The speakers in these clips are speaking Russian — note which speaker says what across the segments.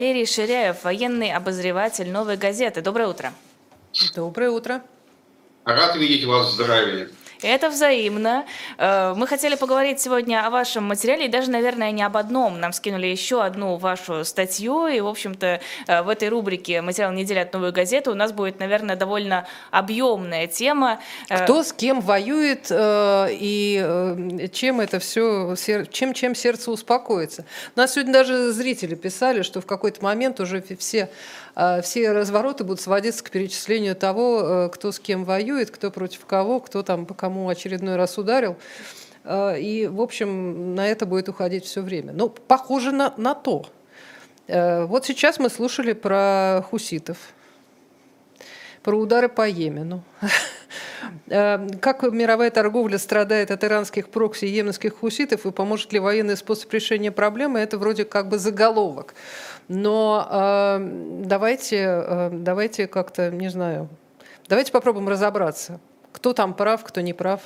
Speaker 1: Валерий Ширяев, военный обозреватель «Новой газеты». Доброе утро.
Speaker 2: Доброе утро.
Speaker 3: Рад видеть вас в здравии.
Speaker 1: Это взаимно. Мы хотели поговорить сегодня о вашем материале, и даже, наверное, не об одном. Нам скинули еще одну вашу статью, и, в общем-то, в этой рубрике «Материал недели» от «Новой газеты» у нас будет, наверное, довольно объемная тема.
Speaker 2: Кто с кем воюет и чем это все, чем сердце успокоится. У нас сегодня даже зрители писали, что в какой-то момент уже все развороты будут сводиться к перечислению того, кто с кем воюет, кто против кого, кто там по кому очередной раз ударил. И, в общем, на это будет уходить все время. Ну, похоже на то. Вот сейчас мы слушали про хуситов, про удары по Йемену. Как мировая торговля страдает от иранских прокси и йеменских хуситов, и поможет ли военный способ решения проблемы, это вроде как бы заголовок. Но давайте как-то, не знаю, давайте попробуем разобраться, кто там прав, кто не прав.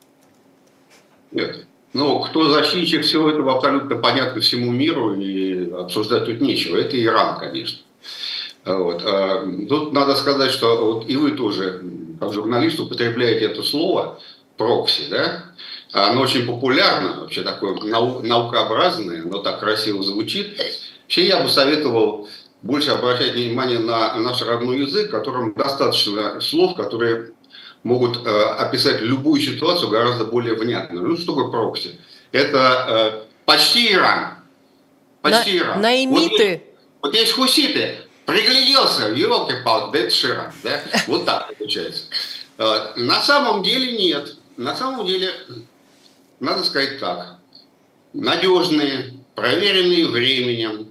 Speaker 3: Нет. Ну, кто защитник всего этого, абсолютно понятно всему миру, и обсуждать тут нечего. Это Иран, конечно. Вот. Тут надо сказать, что вот и вы тоже, как журналист, употребляете это слово «прокси», да? Оно очень популярно, вообще такое наукообразное, оно так красиво звучит. Вообще я бы советовал больше обращать внимание на наш родной язык, в котором достаточно слов, которые могут описать любую ситуацию гораздо более внятно. Ну, что такое прокси? Это почти Иран. Почти Иран.
Speaker 2: Наимиты.
Speaker 3: Вот есть хуситы. Пригляделся, елки-палки, да это Иран. Да? Вот так получается. На самом деле нет. На самом деле, надо сказать так. Надежные, проверенные временем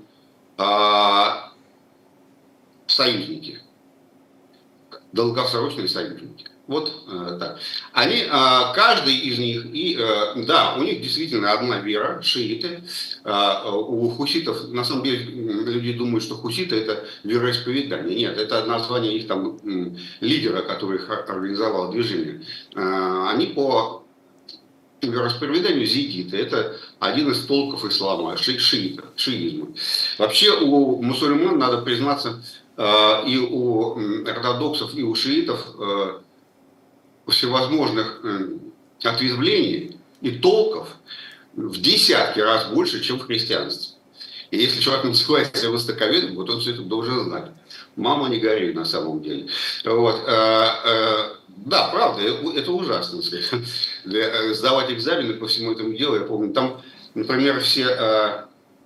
Speaker 3: союзники. Долгосрочные союзники. Вот так. Они, каждый из них, да, у них действительно одна вера, шииты. У хуситов, на самом деле, люди думают, что хуситы это вероисповедание. Нет, это название их там лидера, который организовал движение. Они по вероисповеданию зиидиты. Это один из толков ислама, шиизма. Вообще у мусульман, надо признаться, и у ортодоксов, и у шиитов всевозможных ответвлений и толков в десятки раз больше, чем в христианстве. И если человек называется востоковедом, вот он все это должен знать. Мама, не горюй на самом деле. Вот. Да, правда, это ужасно. Сдавать экзамены по всему этому делу, я помню, там, например, все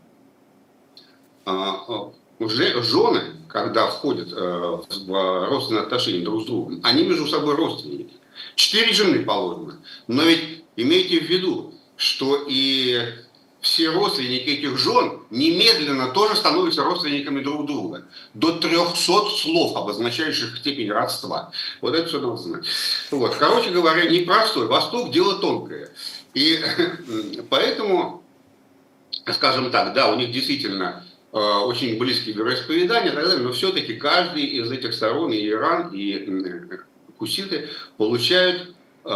Speaker 3: жены, когда входят в родственные отношения друг с другом, они между собой родственники. 4 жены положено. Но ведь имейте в виду, что и все родственники этих жен немедленно тоже становятся родственниками друг друга. До 300 слов, обозначающих степень родства. Вот это все надо знать. Вот. Короче говоря, непростой. Восток – дело тонкое. И поэтому, скажем так, да, у них действительно очень близкие вероисповедания и так далее, но все-таки каждый из этих сторон, и Иран, и хуситы, получают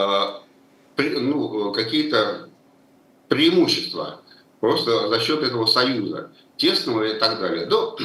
Speaker 3: какие-то преимущества просто за счет этого союза, тесного и так далее. Но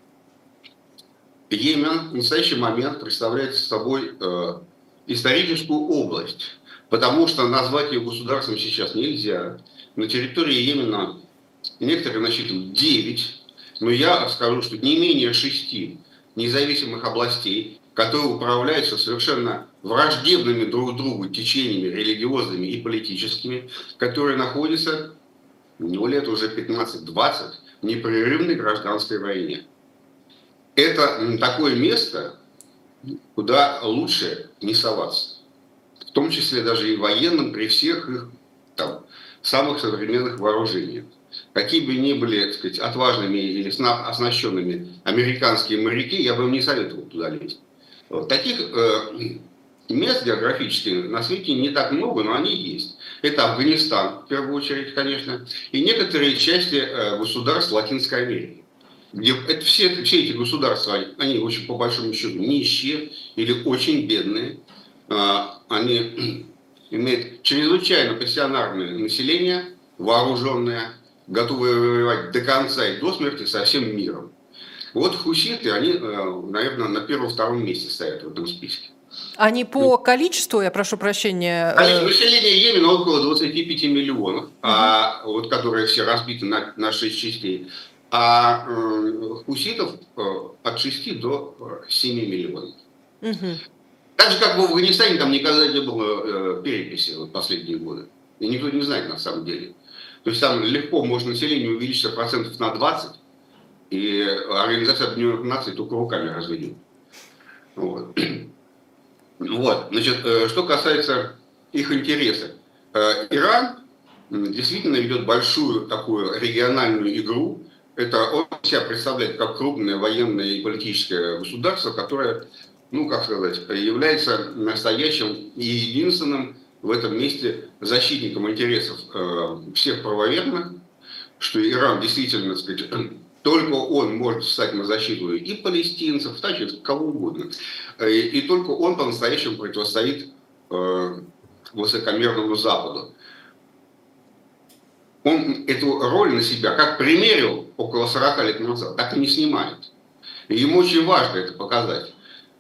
Speaker 3: Йемен в настоящий момент представляет собой историческую область, потому что назвать ее государством сейчас нельзя. На территории Йемена некоторые насчитывают 9, но я скажу, что не менее 6 независимых областей, которые управляются совершенно враждебными друг другу течениями религиозными и политическими, которые находятся, лет уже 15-20 в непрерывной гражданской войне. Это такое место, куда лучше не соваться. В том числе даже и военным при всех их там, самых современных вооружениях. Какие бы ни были, так сказать, отважными или оснащенными американские моряки, я бы им не советовал туда лезть. Вот. Таких мест географически на свете не так много, но они есть. Это Афганистан, в первую очередь, конечно, и некоторые части государств Латинской Америки, где все эти государства, они очень по большому счету нищие или очень бедные, они имеют чрезвычайно пассионарное население, вооруженное, готовые воевать до конца и до смерти со всем миром. Вот хуситы, они, наверное, на первом-втором месте стоят в этом списке.
Speaker 2: Они по количеству, я прошу прощения...
Speaker 3: Население Йемена около 25 миллионов, вот, которые все разбиты на 6 частей. А хуситов от 6 до 7 миллионов. Так же, как в Афганистане, там никогда не было переписи в последние годы. И никто не знает на самом деле. То есть там легко может население увеличиться процентов на 20, и Организация Объединенных Наций только руками разведет. Вот. Вот. Значит, что касается их интересов. Иран действительно ведет большую такую региональную игру. Это он себя представляет как крупное военное и политическое государство, которое, ну, как сказать, является настоящим и единственным в этом месте защитником интересов всех правоверных, что Иран действительно, так сказать, только он может встать на защиту и палестинцев, значит, кого угодно. И только он по-настоящему противостоит высокомерному Западу. Он эту роль на себя как примерил около 40 лет назад, так и не снимает. И ему очень важно это показать.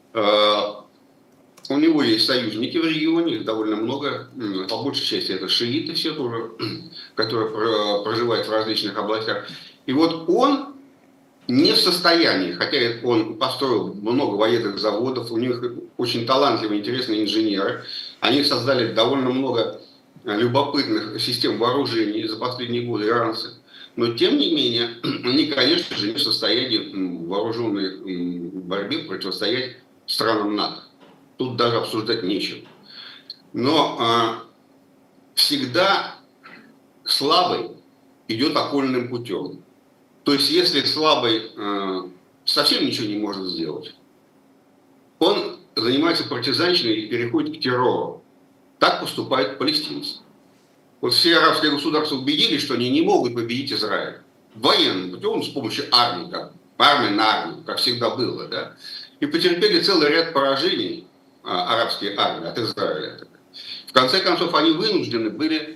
Speaker 3: У него есть союзники в регионе, их довольно много, по большей части это шииты все тоже, которые проживают в различных областях. И вот он не в состоянии, хотя он построил много военных заводов, у них очень талантливые, интересные инженеры, они создали довольно много любопытных систем вооружений за последние годы, иранцы. Но тем не менее, они, конечно же, не в состоянии в вооруженной борьбе противостоять странам НАТО. Тут даже обсуждать нечего. Но всегда слабый идет окольным путем. То есть, если слабый совсем ничего не может сделать, он занимается партизанщиной и переходит к террору. Так поступают палестинцы. Вот все арабские государства убедились, что они не могут победить Израиль. Военным путем, с помощью армии, как армия на армию, как всегда было, да, и потерпели целый ряд поражений арабские армии от Израиля. В конце концов, они вынуждены были,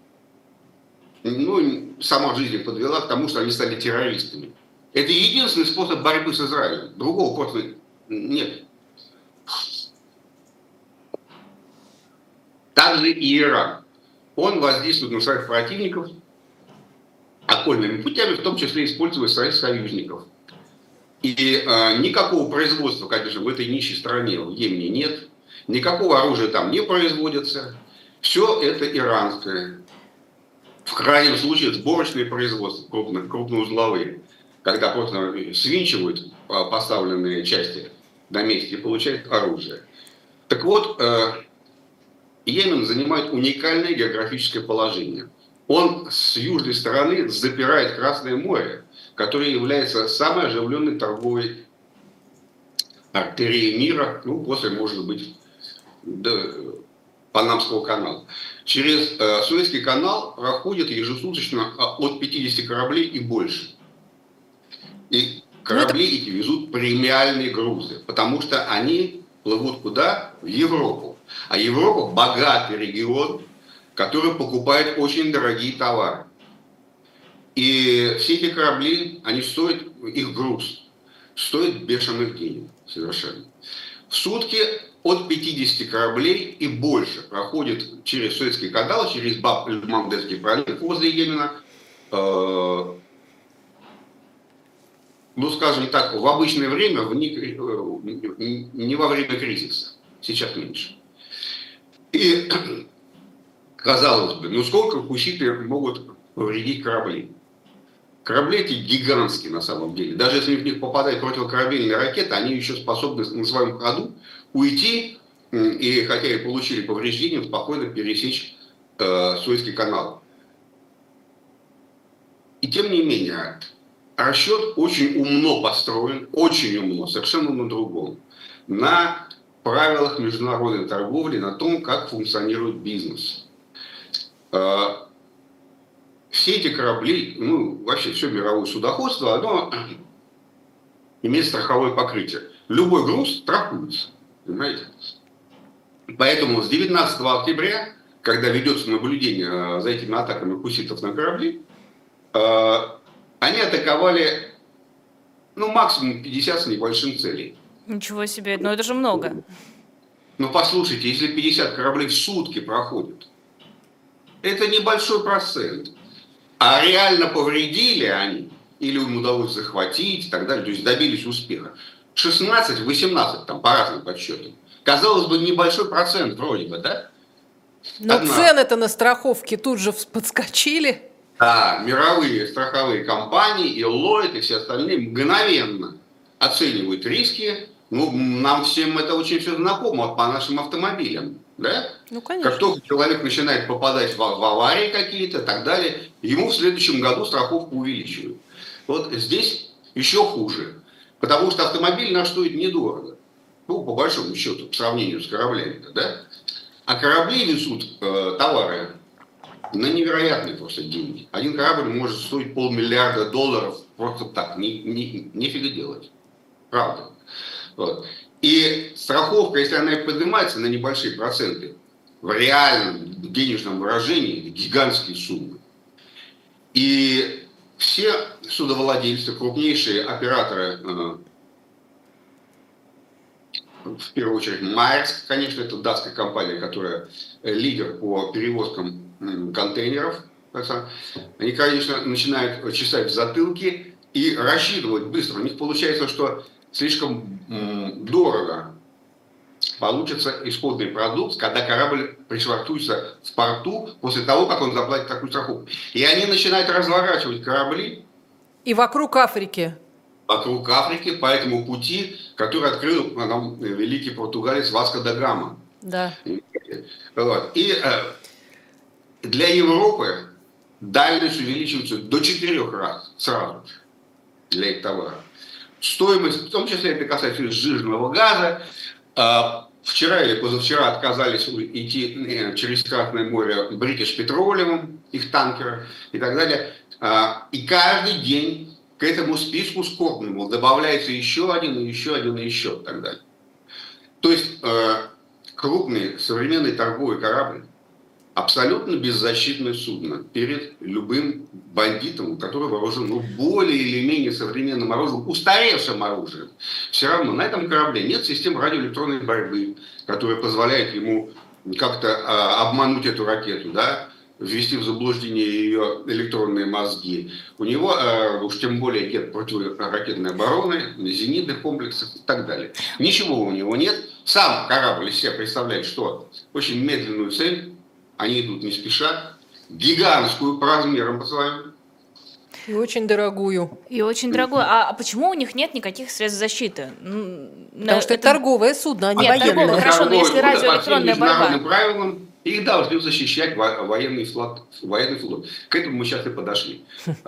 Speaker 3: ну, сама жизнь их подвела к тому, что они стали террористами. Это единственный способ борьбы с Израилем. Другого просто нет. Также и Иран. Он воздействует на своих противников окольными путями, в том числе используя своих союзников. И никакого производства, конечно, в этой нищей стране, в Йемене, нет. Никакого оружия там не производится. Все это иранское. В крайнем случае сборочные производства, крупноузловые, когда просто свинчивают поставленные части на месте и получают оружие. Так вот, Йемен занимает уникальное географическое положение. Он с южной стороны запирает Красное море, которое является самой оживленной торговой артерией мира, ну, после, может быть, Панамского канала. Через Суэцкий канал проходит ежесуточно от 50 кораблей и больше. И корабли эти везут премиальные грузы, потому что они плывут куда? В Европу. А Европа богатый регион, который покупает очень дорогие товары. И все эти корабли, они стоят, их груз стоит бешеных денег совершенно. В сутки от 50 кораблей и больше проходит через Суэцкий канал, через Баб-эль-Мандебский пролив возле Йемена, ну, скажем так, в обычное время, не во время кризиса, сейчас меньше. И, казалось бы, ну сколько хуситы могут повредить корабли? Корабли эти гигантские на самом деле. Даже если в них попадает противокорабельная ракета, они еще способны на своем ходу уйти, и хотя и получили повреждения, спокойно пересечь Суэцкий канал. И тем не менее, расчет очень умно построен, очень умно, совершенно на другом. На правилах международной торговли, на том, как функционирует бизнес. Все эти корабли, ну, вообще все мировое судоходство, оно имеет страховое покрытие. Любой груз страхуется, понимаете? Поэтому с 19 октября, когда ведется наблюдение за этими атаками хуситов на корабли, они атаковали Ну, максимум 50 с небольшим целей.
Speaker 1: Ничего себе, но это же много.
Speaker 3: Но послушайте, если 50 кораблей в сутки проходят, это небольшой процент. А реально повредили они, или им удалось захватить и так далее, то есть добились успеха. 16-18, там по разным подсчетам. Казалось бы, небольшой процент вроде бы, да?
Speaker 2: Но
Speaker 3: Одна.
Speaker 2: цены-то на страховки тут же подскочили.
Speaker 3: Да, мировые страховые компании, и Lloyd, и все остальные мгновенно оценивают риски. Ну, нам всем это очень все знакомо по нашим автомобилям. Да?
Speaker 2: Ну, конечно.
Speaker 3: Как только человек начинает попадать в аварии какие-то и так далее, ему в следующем году страховку увеличивают. Вот здесь еще хуже. Потому что автомобиль наш стоит недорого. Ну, по большому счету, по сравнению с кораблями. Да? А корабли несут товары на невероятные просто деньги. Один корабль может стоить $500 миллиарда просто так. Нифига делать. Правда. Вот. И страховка, если она и поднимается на небольшие проценты, в реальном денежном выражении это гигантские суммы. И все судовладельцы, крупнейшие операторы, в первую очередь Maersk, конечно, это датская компания, которая лидер по перевозкам контейнеров, они, конечно, начинают чесать затылки и рассчитывать быстро. У них получается, что слишком дорого получится исходный продукт, когда корабль пришвартуется в порту после того, как он заплатит такую страховку. И они начинают разворачивать корабли.
Speaker 2: И вокруг Африки.
Speaker 3: Вокруг Африки по этому пути, который открыл нам великий португалец Васко да Гама.
Speaker 2: Да.
Speaker 3: Вот. И для Европы дальность увеличивается до 4 раз сразу для их товара. Стоимость, в том числе это касается сжиженного газа. Вчера или позавчера отказались идти через Красное море British Petroleum, их танкеры и так далее. И каждый день к этому списку скорбному добавляется еще один, и еще один, и еще и так далее. То есть крупный современный торговый корабль абсолютно беззащитное судно перед любым бандитом, который вооружен более или менее современным оружием, устаревшим оружием. Все равно на этом корабле нет системы радиоэлектронной борьбы, которая позволяет ему как-то обмануть эту ракету, да, ввести в заблуждение ее электронные мозги. У него уж тем более нет противоракетной обороны, зенитных комплексов и так далее. Ничего у него нет. Сам корабль из себя представляет, что очень медленную цель. Они идут не спеша, гигантскую по размерам по своим.
Speaker 2: И очень дорогую.
Speaker 1: И очень дорогую. А почему у них нет никаких средств защиты?
Speaker 2: Потому что это торговое судно, а не
Speaker 1: Нет,
Speaker 2: военное.
Speaker 1: торговое, хорошо, но если радиоэлектронная борьба.
Speaker 3: По международным правилам их должны защищать военный флот. К этому мы сейчас и подошли.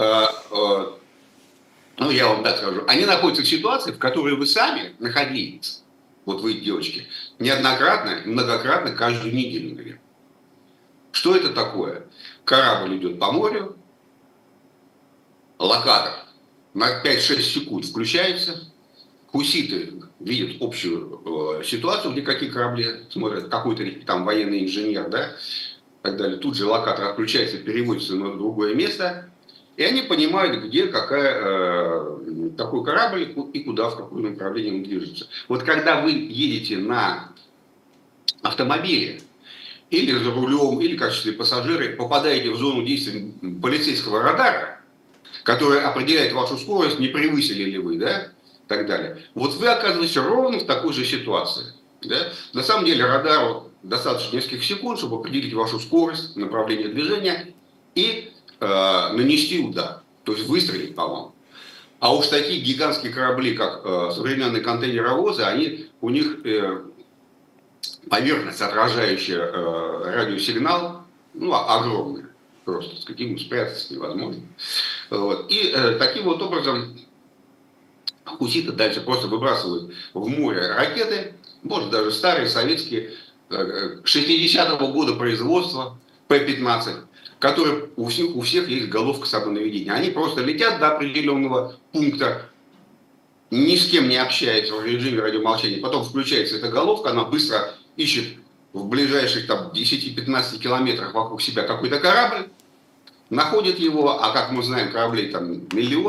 Speaker 3: Ну, я вам так скажу. Они находятся в ситуации, в которой вы сами находились, вот вы, девочки, неоднократно, многократно, каждую неделю, наверное. Что это такое? Корабль идет по морю, локатор на 5-6 секунд включается, хуситы видят общую ситуацию, где какие корабли смотрят, какой-то там военный инженер, да, и так далее. Тут же локатор отключается, переводится на другое место, и они понимают, где какой корабль и куда, в какое направление он движется. Вот когда вы едете на автомобиле, или за рулем, или в качестве пассажира попадаете в зону действия полицейского радара, который определяет вашу скорость, не превысили ли вы, да, и так далее. Вот вы оказываетесь ровно в такой же ситуации. Да? На самом деле радару достаточно нескольких секунд, чтобы определить вашу скорость, направление движения и нанести удар, то есть выстрелить по вам. А уж такие гигантские корабли, как современные контейнеровозы, у них поверхность, отражающая радиосигнал, огромная. Просто с каким спрятаться невозможно. Вот. И таким вот образом хуситы дальше просто выбрасывают в море ракеты, может даже старые советские 60-го года производства П-15, которые у всех есть головка самонаведения. Они просто летят до определенного пункта, ни с кем не общаются в режиме радиомолчания. Потом включается эта головка, она быстро ищет в ближайших 10-15 километрах вокруг себя какой-то корабль, находит его, а как мы знаем, кораблей там миллион,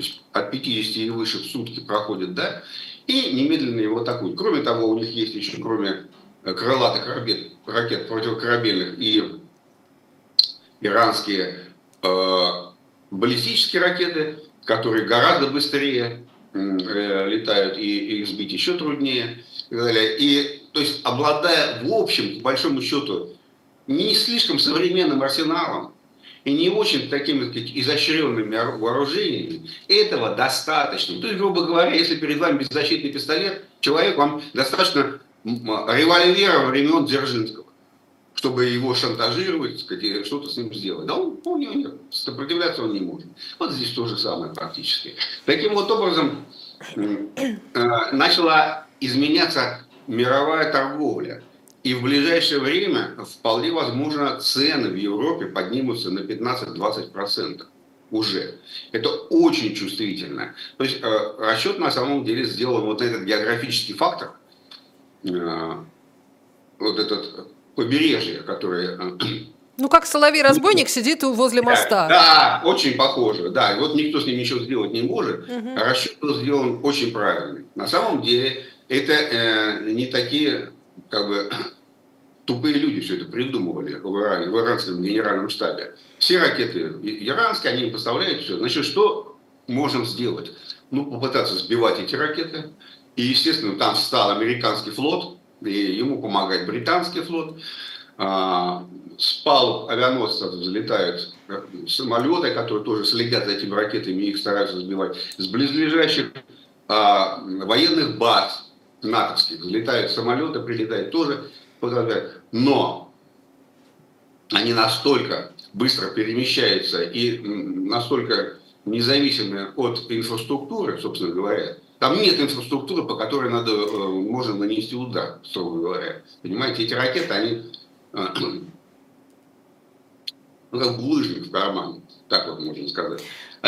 Speaker 3: есть от 50 и выше в сутки проходит, да, и немедленно его атакуют. Кроме того, у них есть еще, кроме крылатых ракет противокорабельных, и иранские баллистические ракеты, которые гораздо быстрее летают, и их сбить еще труднее, и так далее. И, то есть, обладая, в общем, по большому счету, не слишком современным арсеналом и не очень такими, так сказать, изощренными вооружениями, этого достаточно. То есть, грубо говоря, если перед вами беззащитный пистолет, человек, вам достаточно револьвера времен Дзержинского, чтобы его шантажировать, сказать, и что-то с ним сделать. Да у него нет, сопротивляться он не может. Вот здесь то же самое практически. Таким вот образом начала изменяться мировая торговля. И в ближайшее время вполне возможно цены в Европе поднимутся на 15-20% уже. Это очень чувствительно. То есть расчет на самом деле сделан вот на этот географический фактор, вот этот побережье, которое...
Speaker 2: Ну, как соловей-разбойник сидит возле моста.
Speaker 3: Да, очень похоже. Да, и вот никто с ним ничего сделать не может. Расчет был сделан очень правильный. На самом деле, это не такие, как бы, тупые люди все это придумывали в иранском генеральном штабе. Все ракеты иранские, они им поставляют все. Значит, что можем сделать? Ну, попытаться сбивать эти ракеты. И, естественно, там встал американский флот, и ему помогает британский флот. С палуб авианосцев взлетают самолеты, которые тоже следят за этими ракетами и их стараются сбивать. С близлежащих военных баз натовских взлетают самолеты, прилетают тоже. Но они настолько быстро перемещаются и настолько независимы от инфраструктуры, собственно говоря. Там нет инфраструктуры, по которой можно нанести удар, строго говоря. Понимаете, эти ракеты, они как булыжник в кармане, так вот можно сказать.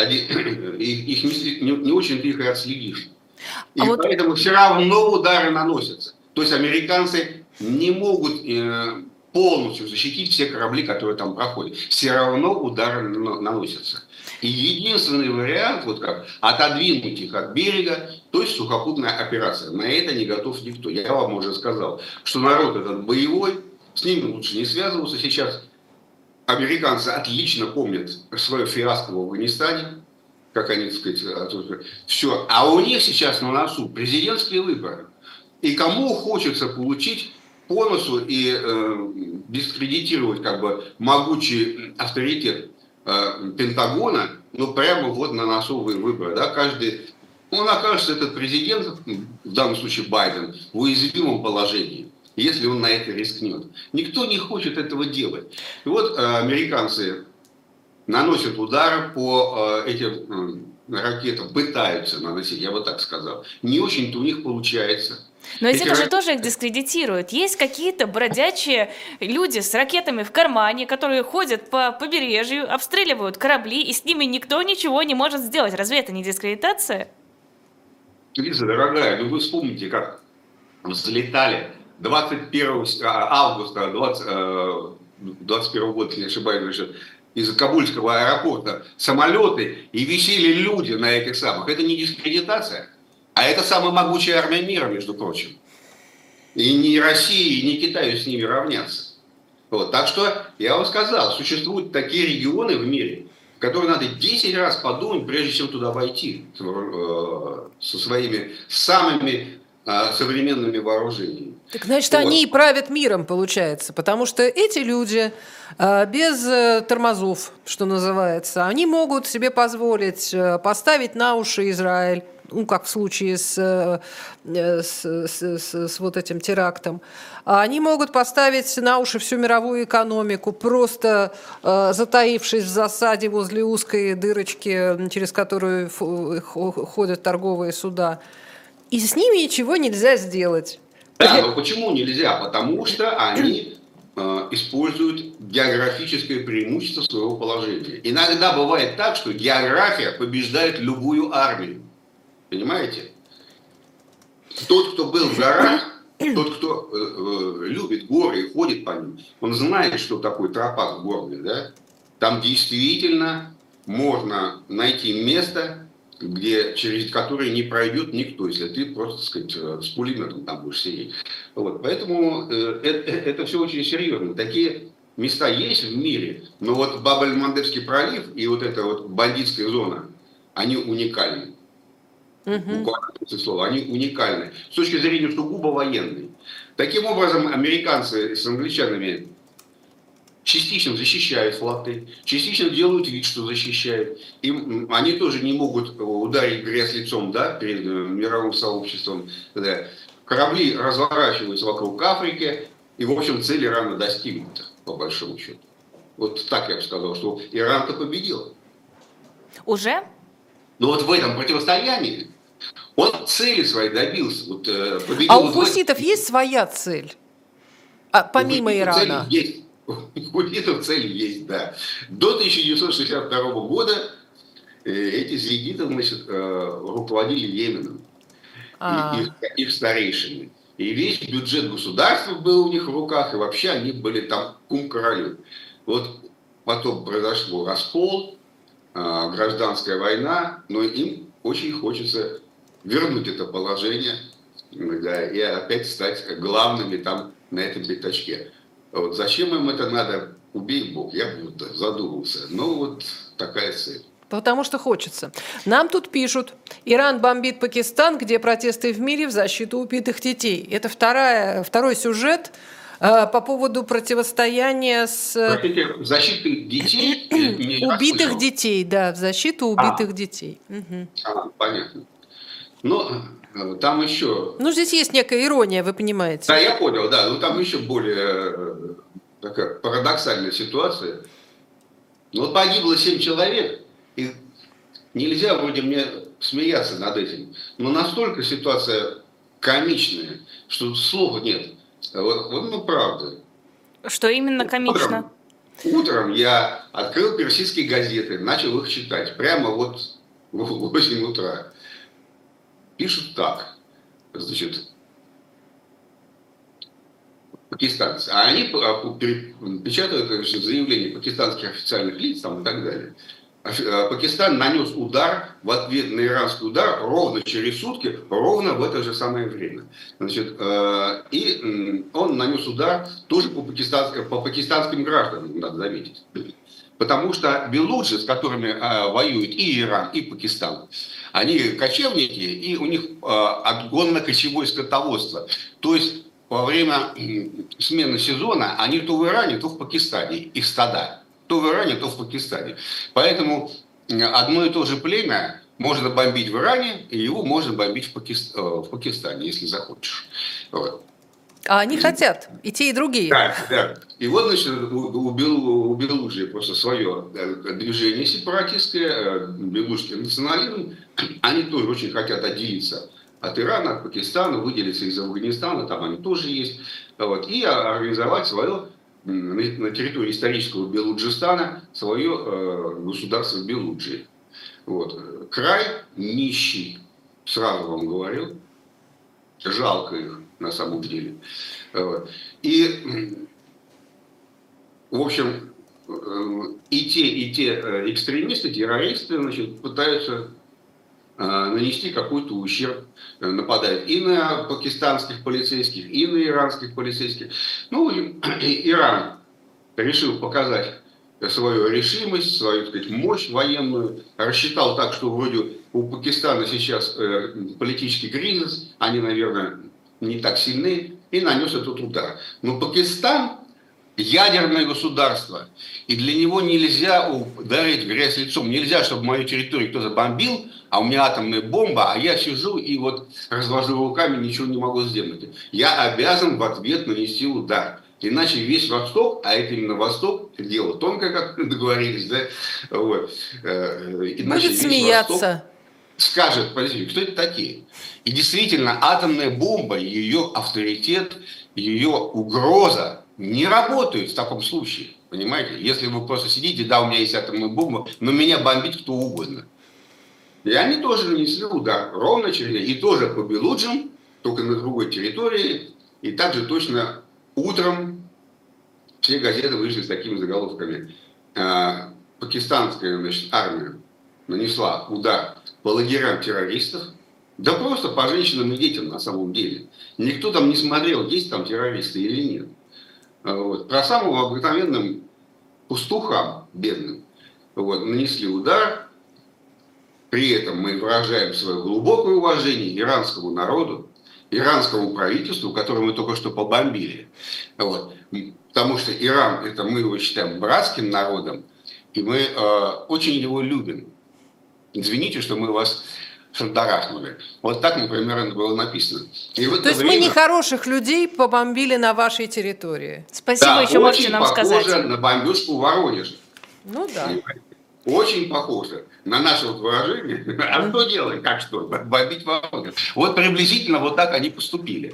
Speaker 3: Их не очень-то их и отследишь. И поэтому все равно удары наносятся. То есть американцы не могут полностью защитить все корабли, которые там проходят. Все равно удары наносятся. И единственный вариант, вот как, отодвинуть их от берега, то есть сухопутная операция. На это не готов никто. Я вам уже сказал, что народ этот боевой, с ними лучше не связываться. Сейчас американцы отлично помнят свое фиаско в Афганистане, как они, так сказать, все. А у них сейчас на носу президентские выборы. И кому хочется получить по носу и дискредитировать как бы могучий авторитет Пентагона, ну прямо вот на носу выборы, да, он окажется, этот президент, в данном случае Байден, в уязвимом положении, если он на это рискнет. Никто не хочет этого делать. И вот американцы наносят удары по этим ракетам, пытаются наносить, я бы так сказал. Не очень-то у них получается.
Speaker 1: Но ведь это же тоже их дискредитирует. Есть какие-то бродячие люди с ракетами в кармане, которые ходят по побережью, обстреливают корабли, и с ними никто ничего не может сделать. Разве это не дискредитация?
Speaker 3: Лиза, дорогая, ну вы вспомните, как взлетали 21 августа 2021 года, если не ошибаюсь, из Кабульского аэропорта самолеты, и висели люди на этих самых. Это не дискредитация? А это самая могучая армия мира, между прочим. И ни России, ни Китаю с ними равняться. Вот. Так что, я вам сказал, существуют такие регионы в мире, в которые надо 10 раз подумать, прежде чем туда войти со своими самыми современными вооружениями.
Speaker 2: Так значит, вот. Они и правят миром, получается, потому что эти люди без тормозов, что называется, они могут себе позволить поставить на уши Израиль, ну, как в случае с вот этим терактом. Они могут поставить на уши всю мировую экономику, просто затаившись в засаде возле узкой дырочки, через которую ходят торговые суда. И с ними ничего нельзя сделать.
Speaker 3: Да, но почему нельзя? Потому что они используют географическое преимущество своего положения. Иногда бывает так, что география побеждает любую армию. Понимаете? Тот, кто был в горах, тот, кто любит горы и ходит по ним, он знает, что такое тропа горный, да? Там действительно можно найти место через которые не пройдет никто, если ты просто, так сказать, с пулеметом там будешь сидеть. Вот. Поэтому это все очень серьезно. Такие места есть в мире, но вот Баб-эль-Мандебский пролив и вот эта вот бандитская зона, они уникальны. Буквально это слово, они уникальны. С точки зрения сугубо военной. Таким образом, американцы с англичанами частично защищают флоты, частично делают вид, что защищают. И они тоже не могут ударить грязь лицом, да, перед мировым сообществом. Да. Корабли разворачиваются вокруг Африки, и, в общем, цель Ирана достигнута, по большому счету. Вот так я бы сказал, что Иран-то победил.
Speaker 1: Уже?
Speaker 3: Но вот в этом противостоянии он цели своей добился. Вот, победил
Speaker 2: А у хуситов есть своя цель, помимо Ирана?
Speaker 3: Есть. У хуситов цель есть, да. До 1962 года эти зиидиты, значит, руководили Йеменом, их старейшины. И весь бюджет государства был у них в руках, и вообще они были там кум-королю. Вот потом произошел раскол, гражданская война, но им очень хочется вернуть это положение, да, и опять стать главными там на этом пятачке. Вот зачем им это надо, убей Бог, я бы задумался. Но вот такая цель.
Speaker 2: Потому что хочется. Нам тут пишут, Иран бомбит Пакистан, где протесты в мире в защиту убитых детей. Это второй сюжет по поводу противостояния с...
Speaker 3: Простите, защиты детей?
Speaker 2: Убитых детей, да, в защиту убитых детей.
Speaker 3: Понятно. Но там еще...
Speaker 2: Ну, здесь есть некая ирония, вы понимаете.
Speaker 3: Да, я понял, да. Но там еще более такая парадоксальная ситуация. Ну, вот погибло 7 человек, и нельзя вроде мне смеяться над этим. Но настолько ситуация комичная, что слов нет. Вот ну, правда.
Speaker 1: Что именно комично?
Speaker 3: Утром я открыл персидские газеты, начал их читать. Прямо вот в 8 утра. Пишут так, значит, пакистанцы. А они печатают, значит, заявления пакистанских официальных лиц там, и так далее. Пакистан нанес удар в ответ на иранский удар ровно через сутки, ровно в это же самое время. Значит, и он нанес удар тоже по пакистанским гражданам, надо заметить. Потому что белуджи, с которыми воюют и Иран, и Пакистан, они кочевники, и у них отгонно-кочевое скотоводство. То есть во время смены сезона они то в Иране, то в Пакистане, их стада. То в Иране, то в Пакистане. Поэтому одно и то же племя можно бомбить в Иране, и его можно бомбить в Пакистане, если захочешь. Вот.
Speaker 2: А они хотят, и те, и другие.
Speaker 3: Да, да. И вот, значит, у Белуджи просто свое движение сепаратистское, белужский национализм. Они тоже очень хотят отделиться от Ирана, от Пакистана, выделиться из Афганистана, там они тоже есть. Вот, и организовать свое на территории исторического Белуджистана свое государство Белуджи. Вот. Край нищий, сразу вам говорю, жалко их на самом деле. Вот. И, в общем, и те экстремисты, террористы, значит, пытаются нанести какой-то ущерб, нападают и на пакистанских полицейских, и на иранских полицейских. Ну, Иран решил показать свою решимость, свою, так сказать, мощь военную, рассчитал так, что вроде у Пакистана сейчас политический кризис, они, наверное, не так сильны, и нанес этот удар. Но Пакистан ядерное государство, и для него нельзя ударить грязь лицом. Нельзя, чтобы мою территорию кто-то бомбил, а у меня атомная бомба, а я сижу и вот развожу руками, ничего не могу сделать. Я обязан в ответ нанести удар. Иначе весь Восток, а это именно Восток, дело тонкое, как договорились, да, вот. Иначе
Speaker 2: будет смеяться.
Speaker 3: Скажет, подождите, кто это такие? И действительно, атомная бомба, ее авторитет, ее угроза не работают в таком случае. Понимаете? Если вы просто сидите, да, у меня есть атомная бомба, но меня бомбит кто угодно. И они тоже нанесли удар ровно через... И тоже по Белуджам, только на другой территории. И также точно утром все газеты вышли с такими заголовками. Пакистанская, значит, армия нанесла удар по лагерям террористов, да просто по женщинам и детям на самом деле. Никто там не смотрел, есть там террористы или нет. Вот. Про самым обыкновенным пастухам бедным вот, нанесли удар. При этом мы выражаем свое глубокое уважение иранскому народу, иранскому правительству, которое мы только что побомбили. Вот. Потому что Иран, это мы его считаем братским народом, и мы очень его любим. Извините, что мы вас шандарахнули. Вот так, например, было написано. И
Speaker 2: То есть мы нехороших людей побомбили на вашей территории.
Speaker 1: Спасибо,
Speaker 3: да,
Speaker 1: еще можете нам сказать.
Speaker 3: похоже на бомбежку в Воронеже.
Speaker 2: Ну да.
Speaker 3: Очень похоже на наше вот выражение. А что делать? Как что? Бомбить Воронеж. Вот приблизительно вот так они поступили.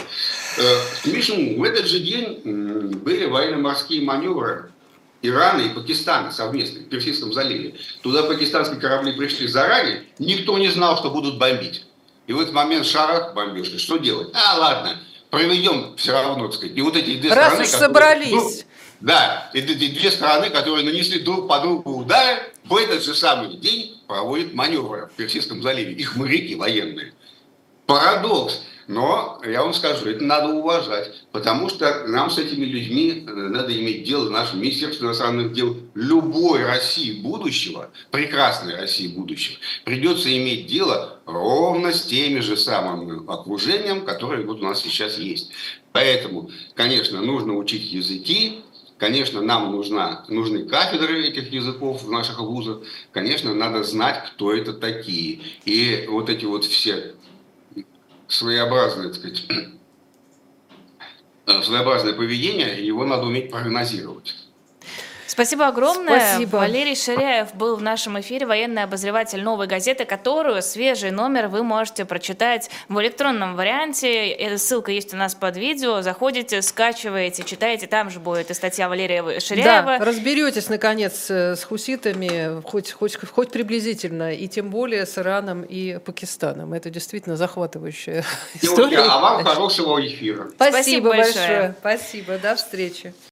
Speaker 3: В этот же день были военно-морские маневры Ирана и Пакистана совместно в Персидском заливе. Туда пакистанские корабли пришли заранее, никто не знал, что будут бомбить. И в этот момент шарах бомбежка. Что делать? Ладно, проведем все равно, так сказать. И вот эти две
Speaker 2: Раз
Speaker 3: страны...
Speaker 2: уж собрались.
Speaker 3: Да, эти две страны, которые нанесли друг по другу удары, в этот же самый день проводят маневры в Персидском заливе. Их моряки военные. Парадокс. Но, я вам скажу, это надо уважать, потому что нам с этими людьми надо иметь дело, наше Министерство иностранных дел любой России будущего, прекрасной России будущего, придется иметь дело ровно с теми же самым окружением, которое вот у нас сейчас есть. Поэтому, конечно, нужно учить языки, конечно, нам нужны кафедры этих языков в наших вузах, конечно, надо знать, кто это такие. И вот эти вот все... своеобразное, так сказать, своеобразное поведение, его надо уметь прогнозировать.
Speaker 1: Спасибо огромное.
Speaker 2: Спасибо.
Speaker 1: Валерий Ширяев был в нашем эфире, военный обозреватель «Новой газеты», которую, свежий номер, вы можете прочитать в электронном варианте. Ссылка есть у нас под видео. Заходите, скачиваете, читаете. Там же будет и статья Валерия Ширяева.
Speaker 2: Да, разберетесь, наконец, с хуситами, хоть приблизительно, и тем более с Ираном и Пакистаном. Это действительно захватывающая история.
Speaker 3: А вам хорошего эфира.
Speaker 2: Спасибо
Speaker 1: Спасибо большое.
Speaker 2: большое. Спасибо. До встречи.